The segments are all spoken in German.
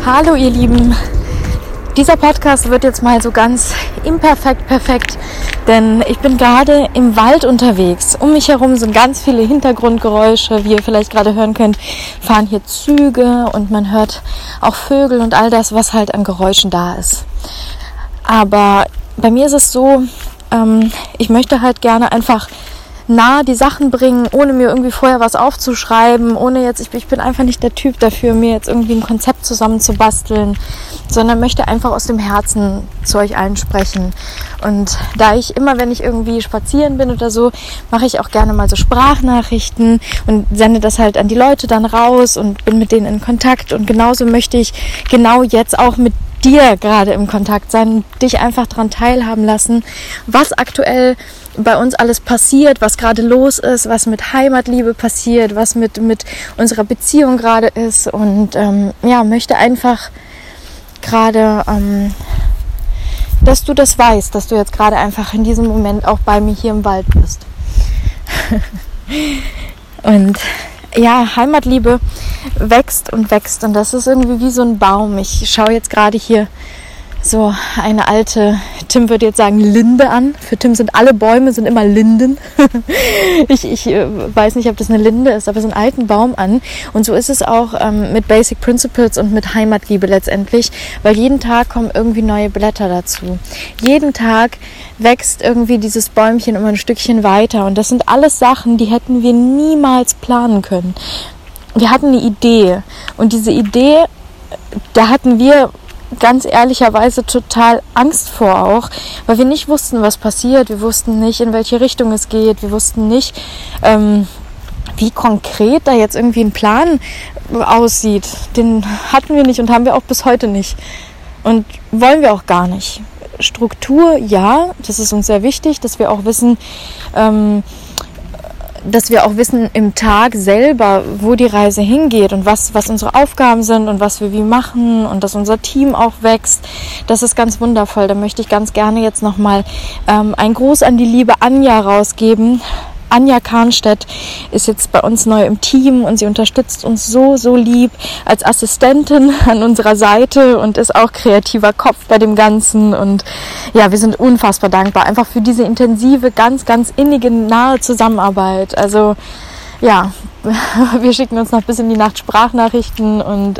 Hallo ihr Lieben, dieser Podcast wird jetzt mal so ganz imperfekt perfekt, denn ich bin gerade im Wald unterwegs. Um mich herum sind ganz viele Hintergrundgeräusche, wie ihr vielleicht gerade hören könnt, fahren hier Züge und man hört auch Vögel und all das, was halt an Geräuschen da ist. Aber bei mir ist es so, ich möchte halt gerne einfach nah die Sachen bringen, ohne mir irgendwie vorher was aufzuschreiben, ich bin einfach nicht der Typ dafür, mir jetzt irgendwie ein Konzept zusammenzubasteln, sondern möchte einfach aus dem Herzen zu euch allen sprechen. Und da ich immer, wenn ich irgendwie spazieren bin oder so, mache ich auch gerne mal so Sprachnachrichten und sende das halt an die Leute dann raus und bin mit denen in Kontakt. Und genauso möchte ich genau jetzt auch mit dir gerade im Kontakt sein, dich einfach daran teilhaben lassen, was aktuell bei uns alles passiert, was gerade los ist, was mit Heimatliebe passiert, was mit unserer Beziehung gerade ist und möchte einfach gerade, dass du das weißt, dass du jetzt gerade einfach in diesem Moment auch bei mir hier im Wald bist. Und ja, Heimatliebe wächst und wächst und das ist irgendwie wie so ein Baum. Ich schaue jetzt gerade hier so eine alte, Tim würde jetzt sagen Linde an. Für Tim sind alle Bäume immer Linden. Ich weiß nicht, ob das eine Linde ist, aber so einen alten Baum an. Und so ist es auch mit Basic Principles und mit Heimatliebe letztendlich, weil jeden Tag kommen irgendwie neue Blätter dazu. Jeden Tag wächst irgendwie dieses Bäumchen immer ein Stückchen weiter. Und das sind alles Sachen, die hätten wir niemals planen können. Wir hatten eine Idee. Und diese Idee, da hatten wir ganz ehrlicherweise total Angst vor auch, weil wir nicht wussten, was passiert. Wir wussten nicht, in welche Richtung es geht. Wir wussten nicht, wie konkret da jetzt irgendwie ein Plan aussieht. Den hatten wir nicht und haben wir auch bis heute nicht. Und wollen wir auch gar nicht. Struktur, ja, das ist uns sehr wichtig, dass wir auch wissen, im Tag selber, wo die Reise hingeht und was unsere Aufgaben sind und was wir wie machen und dass unser Team auch wächst. Das ist ganz wundervoll. Da möchte ich ganz gerne jetzt nochmal einen Gruß an die liebe Anja rausgeben. Anja Kahnstedt ist jetzt bei uns neu im Team und sie unterstützt uns so lieb als Assistentin an unserer Seite und ist auch kreativer Kopf bei dem Ganzen. Und ja, wir sind unfassbar dankbar einfach für diese intensive, ganz, ganz innige, nahe Zusammenarbeit. Also ja, wir schicken uns noch bis in die Nacht Sprachnachrichten und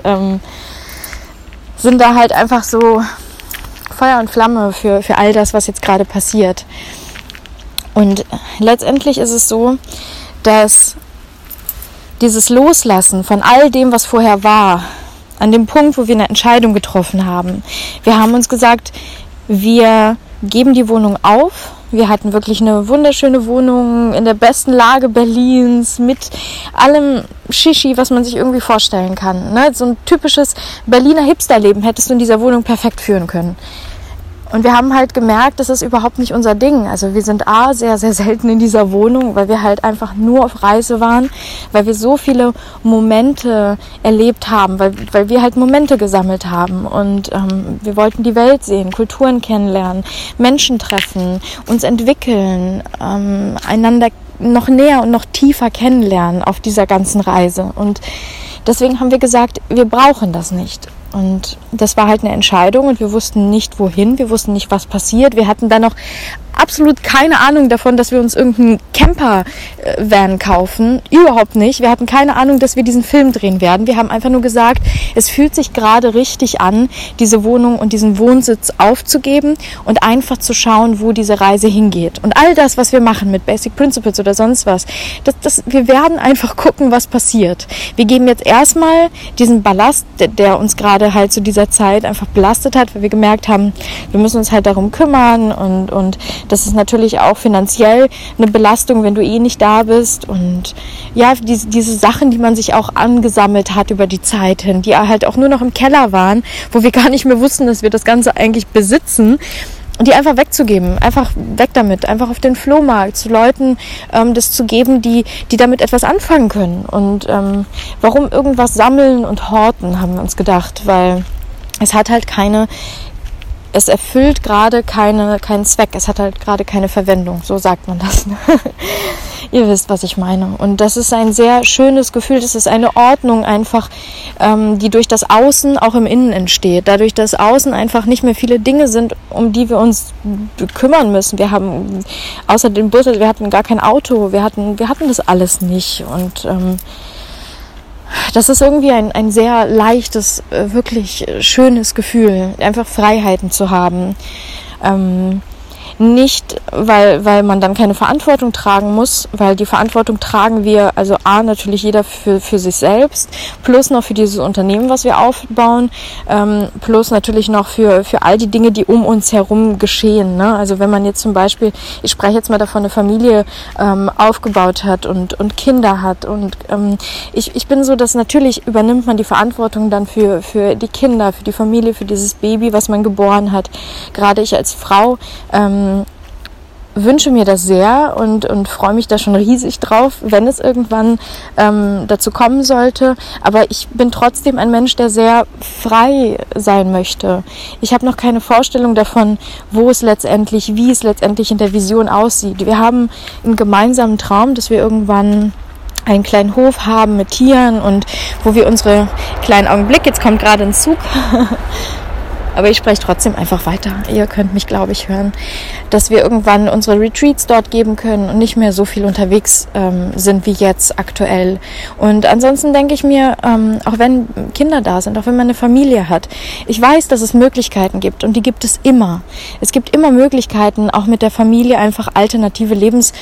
sind da halt einfach so Feuer und Flamme für all das, was jetzt gerade passiert. Und letztendlich ist es so, dass dieses Loslassen von all dem, was vorher war, an dem Punkt, wo wir eine Entscheidung getroffen haben, wir haben uns gesagt, wir geben die Wohnung auf. Wir hatten wirklich eine wunderschöne Wohnung in der besten Lage Berlins mit allem Shishi, was man sich irgendwie vorstellen kann. Ne? So ein typisches Berliner Hipsterleben hättest du in dieser Wohnung perfekt führen können. Und wir haben halt gemerkt, das ist überhaupt nicht unser Ding. Also wir sind sehr, sehr selten in dieser Wohnung, weil wir halt einfach nur auf Reise waren, weil wir so viele Momente erlebt haben, weil wir halt Momente gesammelt haben. Und wir wollten die Welt sehen, Kulturen kennenlernen, Menschen treffen, uns entwickeln, einander noch näher und noch tiefer kennenlernen auf dieser ganzen Reise. Und deswegen haben wir gesagt, wir brauchen das nicht. Und das war halt eine Entscheidung und wir wussten nicht, wohin, wir wussten nicht, was passiert. Wir hatten dann noch absolut keine Ahnung davon, dass wir uns irgendeinen Camper-Van kaufen. Überhaupt nicht. Wir hatten keine Ahnung, dass wir diesen Film drehen werden. Wir haben einfach nur gesagt, es fühlt sich gerade richtig an, diese Wohnung und diesen Wohnsitz aufzugeben und einfach zu schauen, wo diese Reise hingeht. Und all das, was wir machen mit Basic Principles oder sonst was, wir werden einfach gucken, was passiert. Wir geben jetzt erstmal diesen Ballast, der uns gerade halt zu dieser Zeit einfach belastet hat, weil wir gemerkt haben, wir müssen uns halt darum kümmern und das ist natürlich auch finanziell eine Belastung, wenn du nicht da bist. Und ja, diese Sachen, die man sich auch angesammelt hat über die Zeit hin, die halt auch nur noch im Keller waren, wo wir gar nicht mehr wussten, dass wir das Ganze eigentlich besitzen, und die einfach wegzugeben, einfach weg damit, einfach auf den Flohmarkt zu Leuten das zu geben, die damit etwas anfangen können. Und warum irgendwas sammeln und horten, haben wir uns gedacht, weil es hat halt es erfüllt gerade keinen Zweck, es hat halt gerade keine Verwendung, so sagt man das. Ihr wisst, was ich meine. Und das ist ein sehr schönes Gefühl. Das ist eine Ordnung einfach, die durch das Außen auch im Innen entsteht. Dadurch, dass außen einfach nicht mehr viele Dinge sind, um die wir uns kümmern müssen. Wir haben außer dem Bus, wir hatten gar kein Auto. Wir hatten das alles nicht. Und das ist irgendwie ein sehr leichtes, wirklich schönes Gefühl, einfach Freiheiten zu haben. Nicht, weil man dann keine Verantwortung tragen muss, weil die Verantwortung tragen wir, also natürlich jeder für sich selbst, plus noch für dieses Unternehmen, was wir aufbauen, plus natürlich noch für all die Dinge, die um uns herum geschehen. Ne? Also wenn man jetzt zum Beispiel, ich spreche jetzt mal davon, eine Familie aufgebaut hat und Kinder hat und ich bin so, dass natürlich übernimmt man die Verantwortung dann für die Kinder, für die Familie, für dieses Baby, was man geboren hat. Gerade ich als Frau wünsche mir das sehr und freue mich da schon riesig drauf, wenn es irgendwann dazu kommen sollte. Aber ich bin trotzdem ein Mensch, der sehr frei sein möchte. Ich habe noch keine Vorstellung davon, wie es letztendlich in der Vision aussieht. Wir haben einen gemeinsamen Traum, dass wir irgendwann einen kleinen Hof haben mit Tieren und wo wir unsere kleinen Augenblick, jetzt kommt gerade ein Zug, aber ich spreche trotzdem einfach weiter. Ihr könnt mich, glaube ich, hören, dass wir irgendwann unsere Retreats dort geben können und nicht mehr so viel unterwegs sind wie jetzt aktuell. Und ansonsten denke ich mir, auch wenn Kinder da sind, auch wenn man eine Familie hat, ich weiß, dass es Möglichkeiten gibt und die gibt es immer. Es gibt immer Möglichkeiten, auch mit der Familie einfach alternative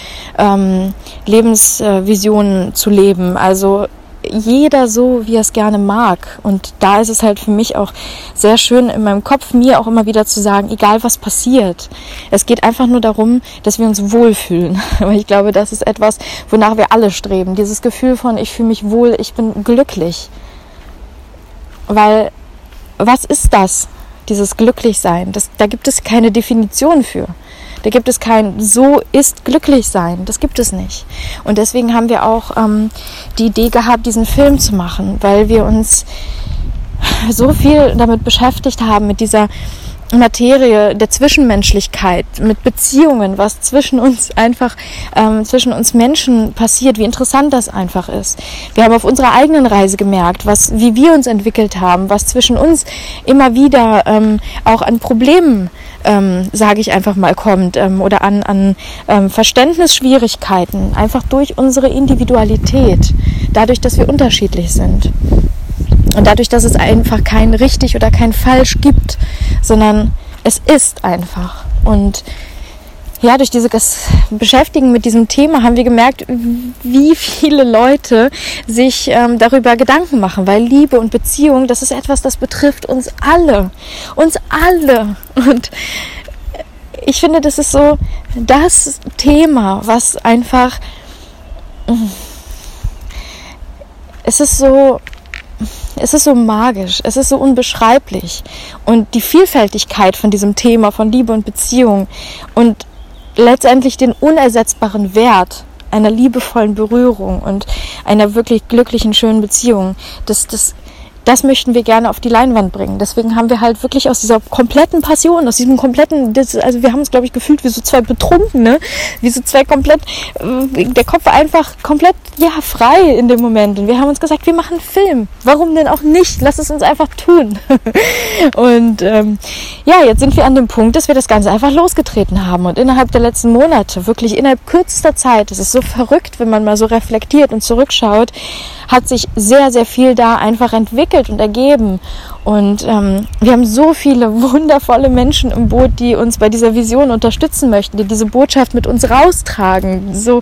Lebensvisionen zu leben. Also jeder so, wie er es gerne mag. Und da ist es halt für mich auch sehr schön in meinem Kopf, mir auch immer wieder zu sagen, egal was passiert. Es geht einfach nur darum, dass wir uns wohlfühlen. Weil ich glaube, das ist etwas, wonach wir alle streben. Dieses Gefühl von, ich fühle mich wohl, ich bin glücklich. Weil, was ist das? Dieses Glücklichsein? Da gibt es keine Definition für. Da gibt es kein so ist glücklich sein. Das gibt es nicht. Und deswegen haben wir auch die Idee gehabt, diesen Film zu machen, weil wir uns so viel damit beschäftigt haben, mit dieser Materie der Zwischenmenschlichkeit, mit Beziehungen, was zwischen uns einfach, zwischen uns Menschen passiert, wie interessant das einfach ist. Wir haben auf unserer eigenen Reise gemerkt, wie wir uns entwickelt haben, was zwischen uns immer wieder auch an Problemen, sage ich einfach mal, kommt oder an Verständnisschwierigkeiten, einfach durch unsere Individualität, dadurch, dass wir unterschiedlich sind. Und dadurch, dass es einfach kein richtig oder kein falsch gibt, sondern es ist einfach. Und ja, durch dieses Beschäftigen mit diesem Thema haben wir gemerkt, wie viele Leute sich darüber Gedanken machen, weil Liebe und Beziehung, das ist etwas, das betrifft uns alle. Uns alle. Und ich finde, das ist so das Thema, was einfach, es ist so magisch, es ist so unbeschreiblich. Und die Vielfältigkeit von diesem Thema, von Liebe und Beziehung und letztendlich den unersetzbaren Wert einer liebevollen Berührung und einer wirklich glücklichen, schönen Beziehung, das möchten wir gerne auf die Leinwand bringen. Deswegen haben wir halt wirklich aus dieser kompletten Passion, aus diesem kompletten, also wir haben uns, glaube ich, gefühlt wie so zwei Betrunkene, wie so zwei komplett, der Kopf war einfach komplett, frei in dem Moment. Und wir haben uns gesagt, wir machen einen Film. Warum denn auch nicht? Lass es uns einfach tun. Und jetzt sind wir an dem Punkt, dass wir das Ganze einfach losgetreten haben. Und innerhalb der letzten Monate, wirklich innerhalb kürzester Zeit, das ist so verrückt, wenn man mal so reflektiert und zurückschaut, hat sich sehr, sehr viel da einfach entwickelt und ergeben. Und wir haben so viele wundervolle Menschen im Boot, die uns bei dieser Vision unterstützen möchten, die diese Botschaft mit uns raustragen. So,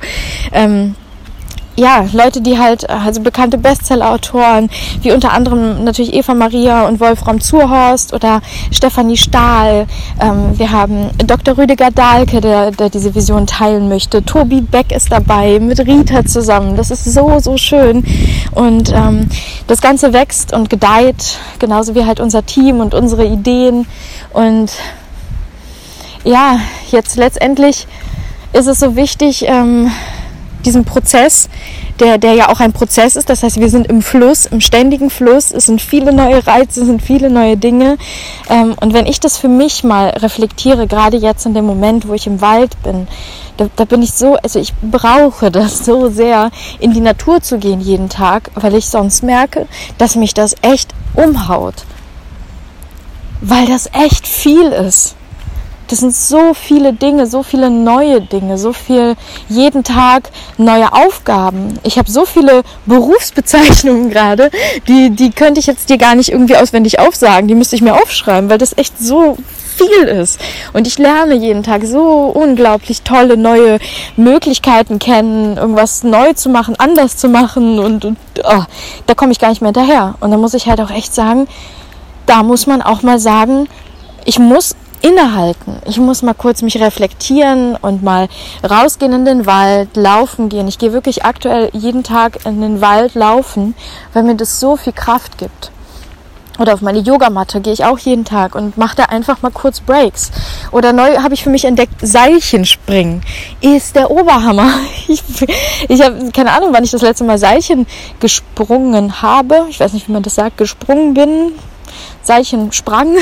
Leute, die also bekannte Bestseller-Autoren, wie unter anderem natürlich Eva Maria und Wolfram Zurhorst oder Stefanie Stahl. Wir haben Dr. Rüdiger Dahlke, der diese Vision teilen möchte. Tobi Beck ist dabei, mit Rita zusammen. Das ist so, so schön. Und das Ganze wächst und gedeiht, genauso wie halt unser Team und unsere Ideen. Und jetzt letztendlich ist es so wichtig, diesem Prozess, der ja auch ein Prozess ist. Das heißt, wir sind im Fluss, im ständigen Fluss. Es sind viele neue Reize, es sind viele neue Dinge. Und wenn ich das für mich mal reflektiere, gerade jetzt in dem Moment, wo ich im Wald bin, da bin ich so, also ich brauche das so sehr, in die Natur zu gehen jeden Tag, weil ich sonst merke, dass mich das echt umhaut. Weil das echt viel ist. Das sind so viele Dinge, so viele neue Dinge, so viel jeden Tag neue Aufgaben. Ich habe so viele Berufsbezeichnungen gerade, die könnte ich jetzt dir gar nicht irgendwie auswendig aufsagen. Die müsste ich mir aufschreiben, weil das echt so viel ist. Und ich lerne jeden Tag so unglaublich tolle neue Möglichkeiten kennen, irgendwas neu zu machen, anders zu machen und da komme ich gar nicht mehr hinterher. Und da muss ich halt auch echt sagen, da muss man auch mal sagen, ich muss innehalten. Ich muss mal kurz mich reflektieren und mal rausgehen in den Wald, laufen gehen. Ich gehe wirklich aktuell jeden Tag in den Wald laufen, weil mir das so viel Kraft gibt. Oder auf meine Yogamatte gehe ich auch jeden Tag und mache da einfach mal kurz Breaks. Oder neu habe ich für mich entdeckt, Seilchenspringen ist der Oberhammer. Ich habe keine Ahnung, wann ich das letzte Mal Seilchen gesprungen habe. Ich weiß nicht, wie man das sagt, gesprungen bin. Seilchen sprang.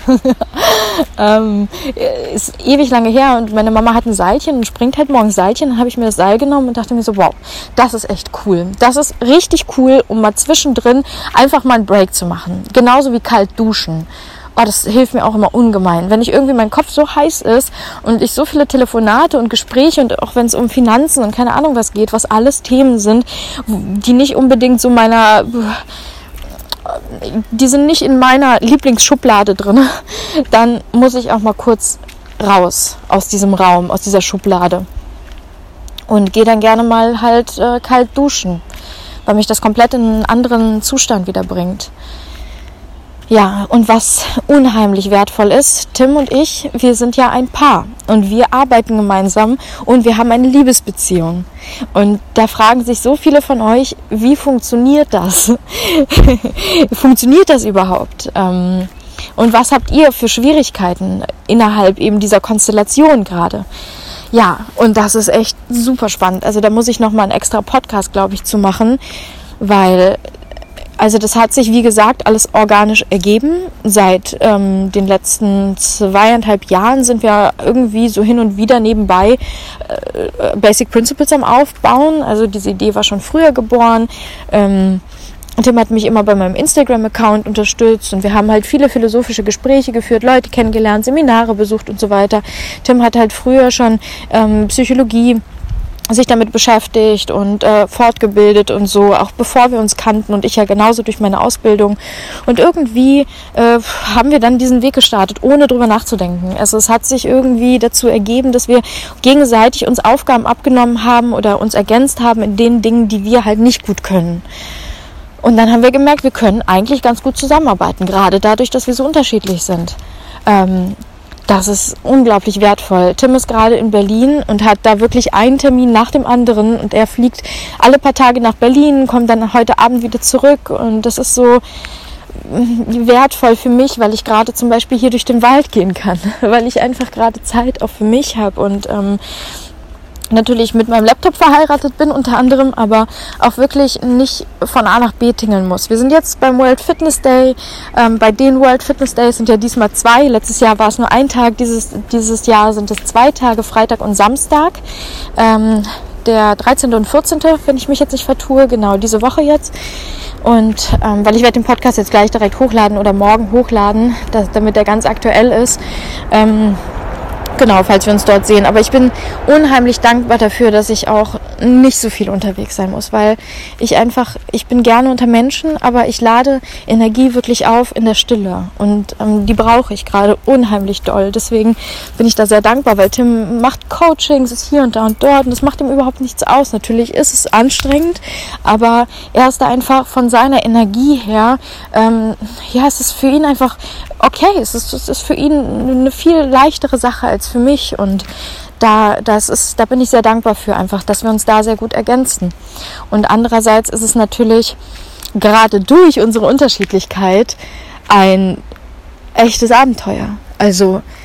Ist ewig lange her und meine Mama hat ein Seilchen und springt halt morgens Seilchen. Dann habe ich mir das Seil genommen und dachte mir so, wow, das ist echt cool. Das ist richtig cool, um mal zwischendrin einfach mal einen Break zu machen. Genauso wie kalt duschen. Oh, das hilft mir auch immer ungemein. Wenn ich irgendwie mein Kopf so heiß ist und ich so viele Telefonate und Gespräche und auch wenn es um Finanzen und keine Ahnung was geht, was alles Themen sind, die nicht unbedingt so die sind nicht in meiner Lieblingsschublade drin, dann muss ich auch mal kurz raus aus diesem Raum, aus dieser Schublade und gehe dann gerne mal halt kalt duschen, weil mich das komplett in einen anderen Zustand wieder bringt. Ja, und was unheimlich wertvoll ist, Tim und ich, wir sind ja ein Paar und wir arbeiten gemeinsam und wir haben eine Liebesbeziehung. Und da fragen sich so viele von euch, wie funktioniert das? Funktioniert das überhaupt? Und was habt ihr für Schwierigkeiten innerhalb eben dieser Konstellation gerade? Ja, und das ist echt super spannend. Also da muss ich nochmal einen extra Podcast, glaube ich, zu machen, weil also das hat sich, wie gesagt, alles organisch ergeben. Seit den letzten 2,5 Jahren sind wir irgendwie so hin und wieder nebenbei Basic Principles am Aufbauen. Also diese Idee war schon früher geboren. Tim hat mich immer bei meinem Instagram-Account unterstützt und wir haben halt viele philosophische Gespräche geführt, Leute kennengelernt, Seminare besucht und so weiter. Tim hat halt früher schon Psychologie sich damit beschäftigt und fortgebildet und so, auch bevor wir uns kannten und ich ja genauso durch meine Ausbildung. Und irgendwie haben wir dann diesen Weg gestartet, ohne drüber nachzudenken. Also es hat sich irgendwie dazu ergeben, dass wir gegenseitig uns Aufgaben abgenommen haben oder uns ergänzt haben in den Dingen, die wir halt nicht gut können. Und dann haben wir gemerkt, wir können eigentlich ganz gut zusammenarbeiten, gerade dadurch, dass wir so unterschiedlich sind. Das ist unglaublich wertvoll. Tim ist gerade in Berlin und hat da wirklich einen Termin nach dem anderen und er fliegt alle paar Tage nach Berlin, kommt dann heute Abend wieder zurück und das ist so wertvoll für mich, weil ich gerade zum Beispiel hier durch den Wald gehen kann, weil ich einfach gerade Zeit auch für mich habe und natürlich mit meinem Laptop verheiratet bin unter anderem, aber auch wirklich nicht von A nach B tingeln muss. Wir sind jetzt beim World Fitness Day. Bei den World Fitness Days sind ja diesmal 2. Letztes Jahr war es nur ein Tag. Dieses Jahr sind es 2 Tage, Freitag und Samstag. Der 13. und 14., wenn ich mich jetzt nicht vertue, genau diese Woche jetzt. Und weil ich werde den Podcast jetzt gleich direkt hochladen oder morgen hochladen, damit der ganz aktuell ist. Genau, falls wir uns dort sehen. Aber ich bin unheimlich dankbar dafür, dass ich auch nicht so viel unterwegs sein muss, weil ich bin gerne unter Menschen, aber ich lade Energie wirklich auf in der Stille und die brauche ich gerade unheimlich doll. Deswegen bin ich da sehr dankbar, weil Tim macht Coachings, ist hier und da und dort und das macht ihm überhaupt nichts aus. Natürlich ist es anstrengend, aber er ist da einfach von seiner Energie her, es ist für ihn einfach okay, es ist für ihn eine viel leichtere Sache als für mich und da bin ich sehr dankbar für einfach, dass wir uns da sehr gut ergänzen. Und andererseits ist es natürlich gerade durch unsere Unterschiedlichkeit ein echtes Abenteuer. Also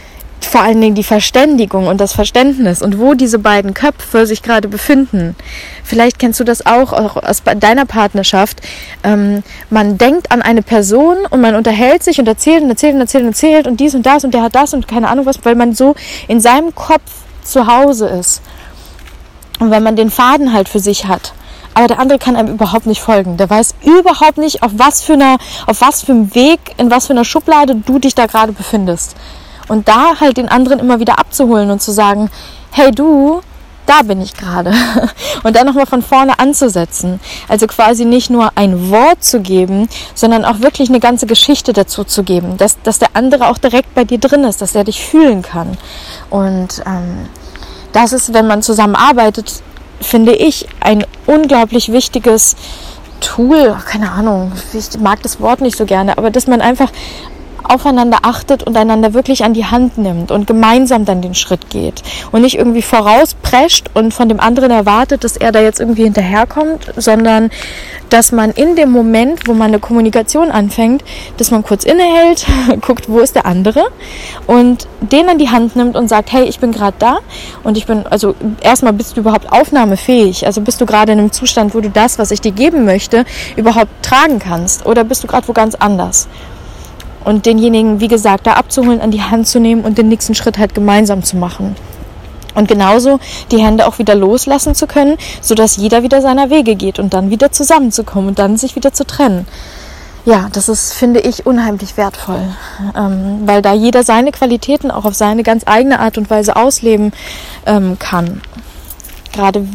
vor allen Dingen die Verständigung und das Verständnis und wo diese beiden Köpfe sich gerade befinden. Vielleicht kennst du das auch aus deiner Partnerschaft. Man denkt an eine Person und man unterhält sich und erzählt und dies und das und der hat das und keine Ahnung was, weil man so in seinem Kopf zu Hause ist. Und weil man den Faden halt für sich hat. Aber der andere kann einem überhaupt nicht folgen. Der weiß überhaupt nicht, auf was für einem Weg, in was für einer Schublade du dich da gerade befindest. Und da halt den anderen immer wieder abzuholen und zu sagen, hey du, da bin ich gerade. Und dann nochmal von vorne anzusetzen. Also quasi nicht nur ein Wort zu geben, sondern auch wirklich eine ganze Geschichte dazu zu geben. Dass der andere auch direkt bei dir drin ist, dass er dich fühlen kann. Und das ist, wenn man zusammenarbeitet, finde ich, ein unglaublich wichtiges Tool. Keine Ahnung, ich mag das Wort nicht so gerne, aber dass man einfach aufeinander achtet und einander wirklich an die Hand nimmt und gemeinsam dann den Schritt geht und nicht irgendwie vorausprescht und von dem anderen erwartet, dass er da jetzt irgendwie hinterherkommt, sondern dass man in dem Moment, wo man eine Kommunikation anfängt, dass man kurz innehält, guckt, wo ist der andere und den an die Hand nimmt und sagt, hey, ich bin gerade da und also erstmal bist du überhaupt aufnahmefähig, also bist du gerade in einem Zustand, wo du das, was ich dir geben möchte, überhaupt tragen kannst oder bist du gerade wo ganz anders? Und denjenigen, wie gesagt, da abzuholen, an die Hand zu nehmen und den nächsten Schritt halt gemeinsam zu machen. Und genauso die Hände auch wieder loslassen zu können, sodass jeder wieder seiner Wege geht und dann wieder zusammenzukommen und dann sich wieder zu trennen. Ja, das ist, finde ich, unheimlich wertvoll, weil da jeder seine Qualitäten auch auf seine ganz eigene Art und Weise ausleben kann. Gerade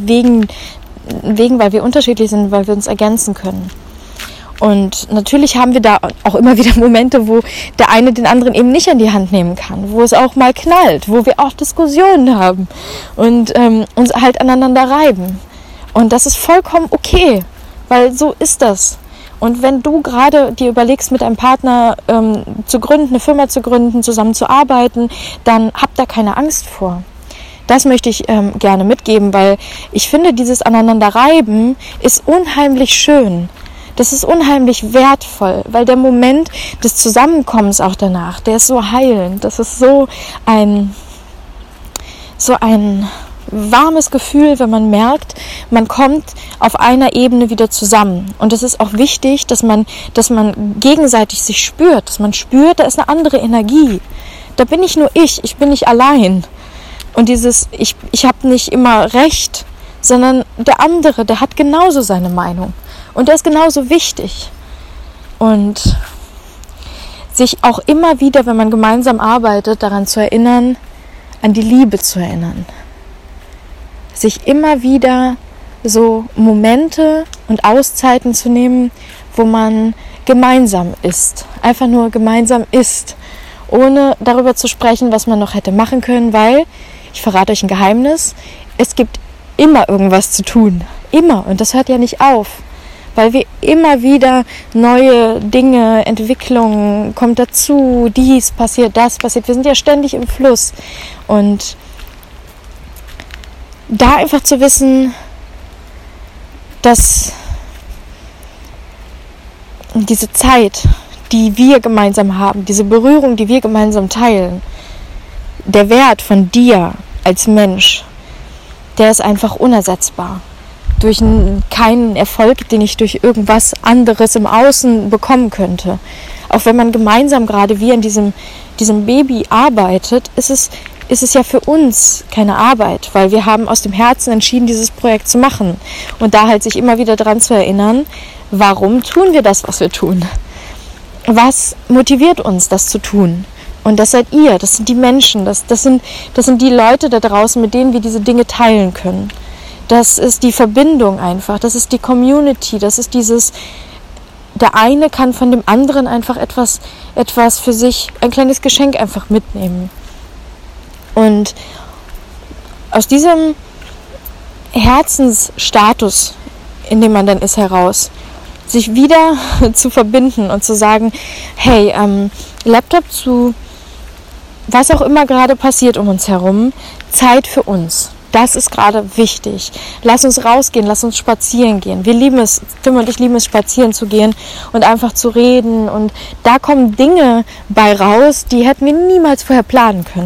weil wir unterschiedlich sind, weil wir uns ergänzen können. Und natürlich haben wir da auch immer wieder Momente, wo der eine den anderen eben nicht an die Hand nehmen kann, wo es auch mal knallt, wo wir auch Diskussionen haben und uns halt aneinander reiben. Und das ist vollkommen okay, weil so ist das. Und wenn du gerade dir überlegst, mit einem Partner zu gründen, eine Firma zu gründen, zusammen zu arbeiten, dann hab da keine Angst vor. Das möchte ich gerne mitgeben, weil ich finde, dieses Aneinanderreiben ist unheimlich schön. Das ist unheimlich wertvoll, weil der Moment des Zusammenkommens auch danach, der ist so heilend. Das ist so ein warmes Gefühl, wenn man merkt, man kommt auf einer Ebene wieder zusammen. Und es ist auch wichtig, dass man gegenseitig sich spürt, dass man spürt, da ist eine andere Energie. Da bin nicht nur ich bin nicht allein. Und ich habe nicht immer recht, sondern der andere, der hat genauso seine Meinung. Und der ist genauso wichtig. Und sich auch immer wieder, wenn man gemeinsam arbeitet, daran zu erinnern, an die Liebe zu erinnern. Sich immer wieder so Momente und Auszeiten zu nehmen, wo man gemeinsam ist. Einfach nur gemeinsam ist. Ohne darüber zu sprechen, was man noch hätte machen können, weil, ich verrate euch ein Geheimnis, es gibt immer irgendwas zu tun. Immer. Und das hört ja nicht auf. Weil wir immer wieder neue Dinge, Entwicklungen, kommt dazu, dies passiert, das passiert. Wir sind ja ständig im Fluss. Und da einfach zu wissen, dass diese Zeit, die wir gemeinsam haben, diese Berührung, die wir gemeinsam teilen, der Wert von dir als Mensch, der ist einfach unersetzbar. Durch keinen Erfolg, den ich durch irgendwas anderes im Außen bekommen könnte. Auch wenn man gemeinsam gerade wie an diesem Baby arbeitet, ist es ja für uns keine Arbeit, weil wir haben aus dem Herzen entschieden, dieses Projekt zu machen. Und da halt sich immer wieder daran zu erinnern, warum tun wir das, was wir tun? Was motiviert uns, das zu tun? Und das seid ihr, das sind die Menschen, das sind die Leute da draußen, mit denen wir diese Dinge teilen können. Das ist die Verbindung einfach, das ist die Community, das ist der eine kann von dem anderen einfach etwas für sich, ein kleines Geschenk einfach mitnehmen. Und aus diesem Herzensstatus, in dem man dann ist, heraus, sich wieder zu verbinden und zu sagen, hey, Laptop zu, was auch immer gerade passiert um uns herum, Zeit für uns. Das ist gerade wichtig. Lass uns rausgehen, lass uns spazieren gehen. Tim und ich lieben es, spazieren zu gehen und einfach zu reden. Und da kommen Dinge bei raus, die hätten wir niemals vorher planen können.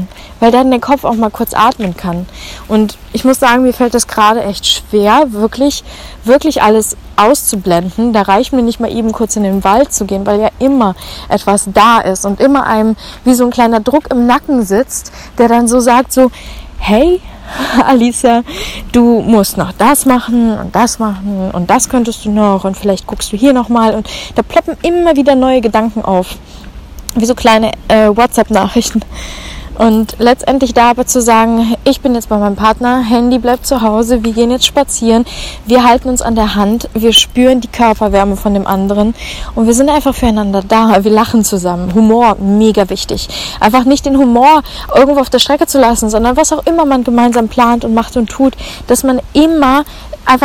weil dann der Kopf auch mal kurz atmen kann. Und ich muss sagen, mir fällt das gerade echt schwer, wirklich alles auszublenden. Da reicht mir nicht mal eben kurz in den Wald zu gehen, weil ja immer etwas da ist und immer einem wie so ein kleiner Druck im Nacken sitzt, der dann so sagt so, hey, Alisa, du musst noch das machen und das könntest du noch und vielleicht guckst du hier nochmal und da ploppen immer wieder neue Gedanken auf, wie so kleine WhatsApp-Nachrichten. Und letztendlich da aber zu sagen, ich bin jetzt bei meinem Partner, Handy bleibt zu Hause, wir gehen jetzt spazieren, wir halten uns an der Hand, wir spüren die Körperwärme von dem anderen und wir sind einfach füreinander da, wir lachen zusammen. Humor, mega wichtig. Einfach nicht den Humor irgendwo auf der Strecke zu lassen, sondern was auch immer man gemeinsam plant und macht und tut, dass man immer einfach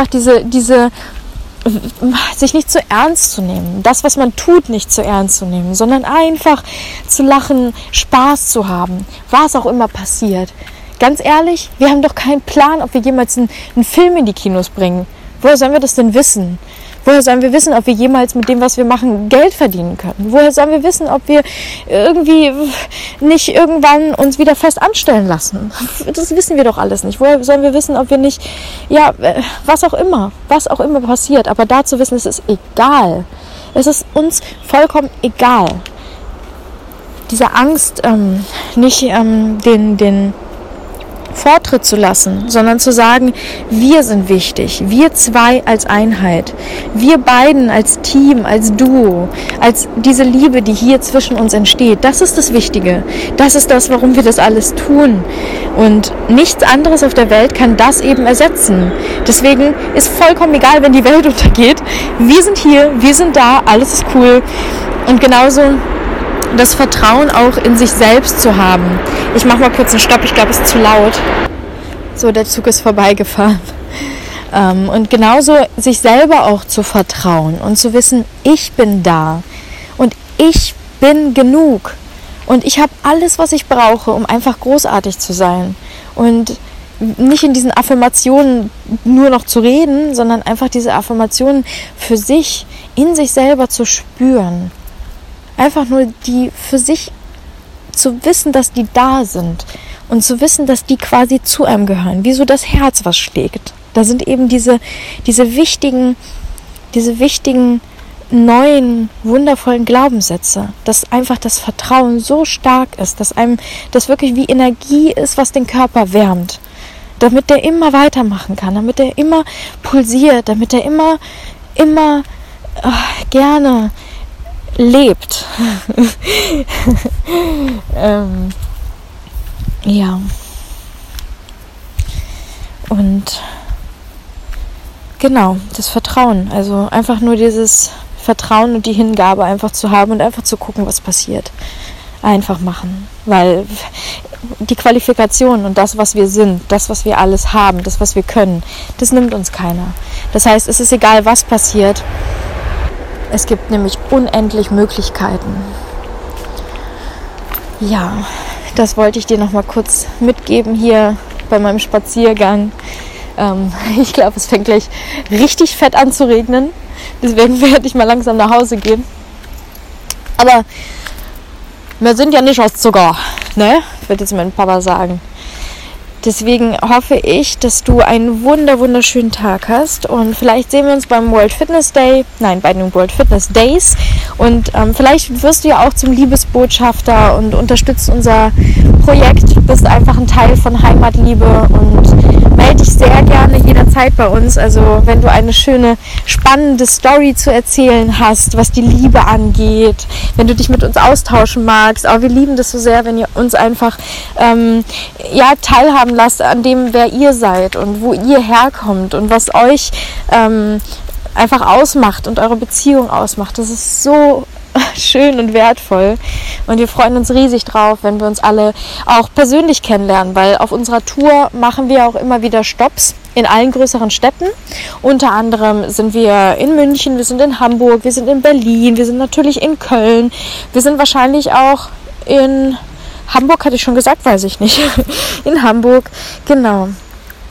sich nicht zu ernst zu nehmen, das, was man tut, nicht zu ernst zu nehmen, sondern einfach zu lachen, Spaß zu haben, was auch immer passiert. Ganz ehrlich, wir haben doch keinen Plan, ob wir jemals einen Film in die Kinos bringen. Woher sollen wir das denn wissen? Woher sollen wir wissen, ob wir jemals mit dem, was wir machen, Geld verdienen können? Woher sollen wir wissen, ob wir irgendwie nicht irgendwann uns wieder fest anstellen lassen? Das wissen wir doch alles nicht. Woher sollen wir wissen, ob wir nicht, was auch immer passiert. Aber da zu wissen, es ist egal. Es ist uns vollkommen egal. Diese Angst, nicht den Vortritt zu lassen, sondern zu sagen, wir sind wichtig, wir zwei als Einheit, wir beiden als Team, als Duo, als diese Liebe, die hier zwischen uns entsteht. Das ist das Wichtige. Das ist das, warum wir das alles tun. Und nichts anderes auf der Welt kann das eben ersetzen. Deswegen ist vollkommen egal, wenn die Welt untergeht. Wir sind hier, wir sind da, alles ist cool. Und genauso das Vertrauen auch in sich selbst zu haben. Ich mache mal kurz einen Stopp, ich glaube, es ist zu laut. So, der Zug ist vorbeigefahren. Und genauso sich selber auch zu vertrauen und zu wissen, ich bin da und ich bin genug und ich habe alles, was ich brauche, um einfach großartig zu sein. Und nicht in diesen Affirmationen nur noch zu reden, sondern einfach diese Affirmationen für sich, in sich selber zu spüren. Einfach nur die für sich zu wissen, dass die da sind und zu wissen, dass die quasi zu einem gehören, wie so das Herz, was schlägt. Da sind eben diese wichtigen neuen, wundervollen Glaubenssätze, dass einfach das Vertrauen so stark ist, dass einem das wirklich wie Energie ist, was den Körper wärmt, damit der immer weitermachen kann, damit er immer pulsiert, damit er immer gerne lebt. Ja. Und genau, das Vertrauen. Also einfach nur dieses Vertrauen und die Hingabe einfach zu haben und einfach zu gucken, was passiert. Einfach machen. Weil die Qualifikation und das, was wir sind, das, was wir alles haben, das, was wir können, das nimmt uns keiner. Das heißt, es ist egal, was passiert. Es gibt nämlich unendlich Möglichkeiten. Ja, das wollte ich dir noch mal kurz mitgeben hier bei meinem Spaziergang. Ich glaube, es fängt gleich richtig fett an zu regnen. Deswegen werde ich mal langsam nach Hause gehen. Aber wir sind ja nicht aus Zucker, ne? Wird jetzt mein Papa sagen. Deswegen hoffe ich, dass du einen wunderschönen Tag hast und vielleicht sehen wir uns beim bei den World Fitness Days und vielleicht wirst du ja auch zum Liebesbotschafter und unterstützt unser Projekt, bist einfach ein Teil von Heimatliebe und melde dich sehr gerne jederzeit bei uns. Also wenn du eine schöne, spannende Story zu erzählen hast, was die Liebe angeht, wenn du dich mit uns austauschen magst, aber wir lieben das so sehr, wenn ihr uns einfach teilhaben lasst an dem, wer ihr seid und wo ihr herkommt und was euch einfach ausmacht und eure Beziehung ausmacht. Das ist so schön und wertvoll und wir freuen uns riesig drauf, wenn wir uns alle auch persönlich kennenlernen, weil auf unserer Tour machen wir auch immer wieder Stopps in allen größeren Städten. Unter anderem sind wir in München, wir sind in Hamburg, wir sind in Berlin, wir sind natürlich in Köln, wir sind wahrscheinlich auch in Hamburg, hatte ich schon gesagt, weiß ich nicht. In Hamburg, genau.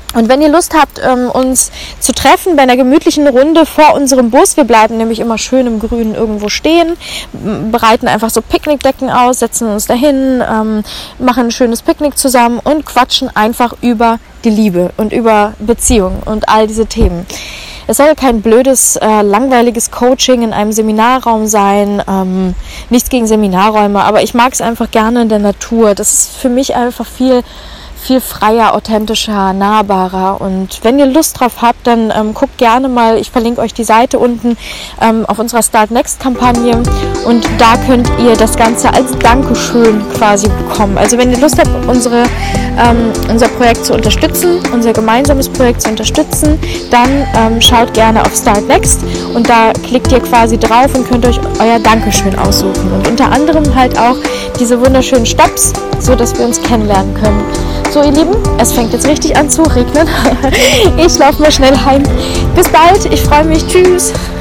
Und wenn ihr Lust habt, uns zu treffen bei einer gemütlichen Runde vor unserem Bus, wir bleiben nämlich immer schön im Grünen irgendwo stehen, bereiten einfach so Picknickdecken aus, setzen uns dahin, machen ein schönes Picknick zusammen und quatschen einfach über die Liebe und über Beziehungen und all diese Themen. Es soll kein blödes, langweiliges Coaching in einem Seminarraum sein, nichts gegen Seminarräume, aber ich mag es einfach gerne in der Natur. Das ist für mich einfach viel freier, authentischer, nahbarer. Und wenn ihr Lust drauf habt, dann guckt gerne mal, ich verlinke euch die Seite unten auf unserer Start Next Kampagne und da könnt ihr das Ganze als Dankeschön quasi bekommen. Also wenn ihr Lust habt, unser Projekt zu unterstützen, unser gemeinsames Projekt zu unterstützen, dann schaut gerne auf Start Next und da klickt ihr quasi drauf und könnt euch euer Dankeschön aussuchen. Und unter anderem halt auch diese wunderschönen Stops, so dass wir uns kennenlernen können. So ihr Lieben, es fängt jetzt richtig an zu regnen. Ich laufe mal schnell heim. Bis bald, ich freue mich. Tschüss.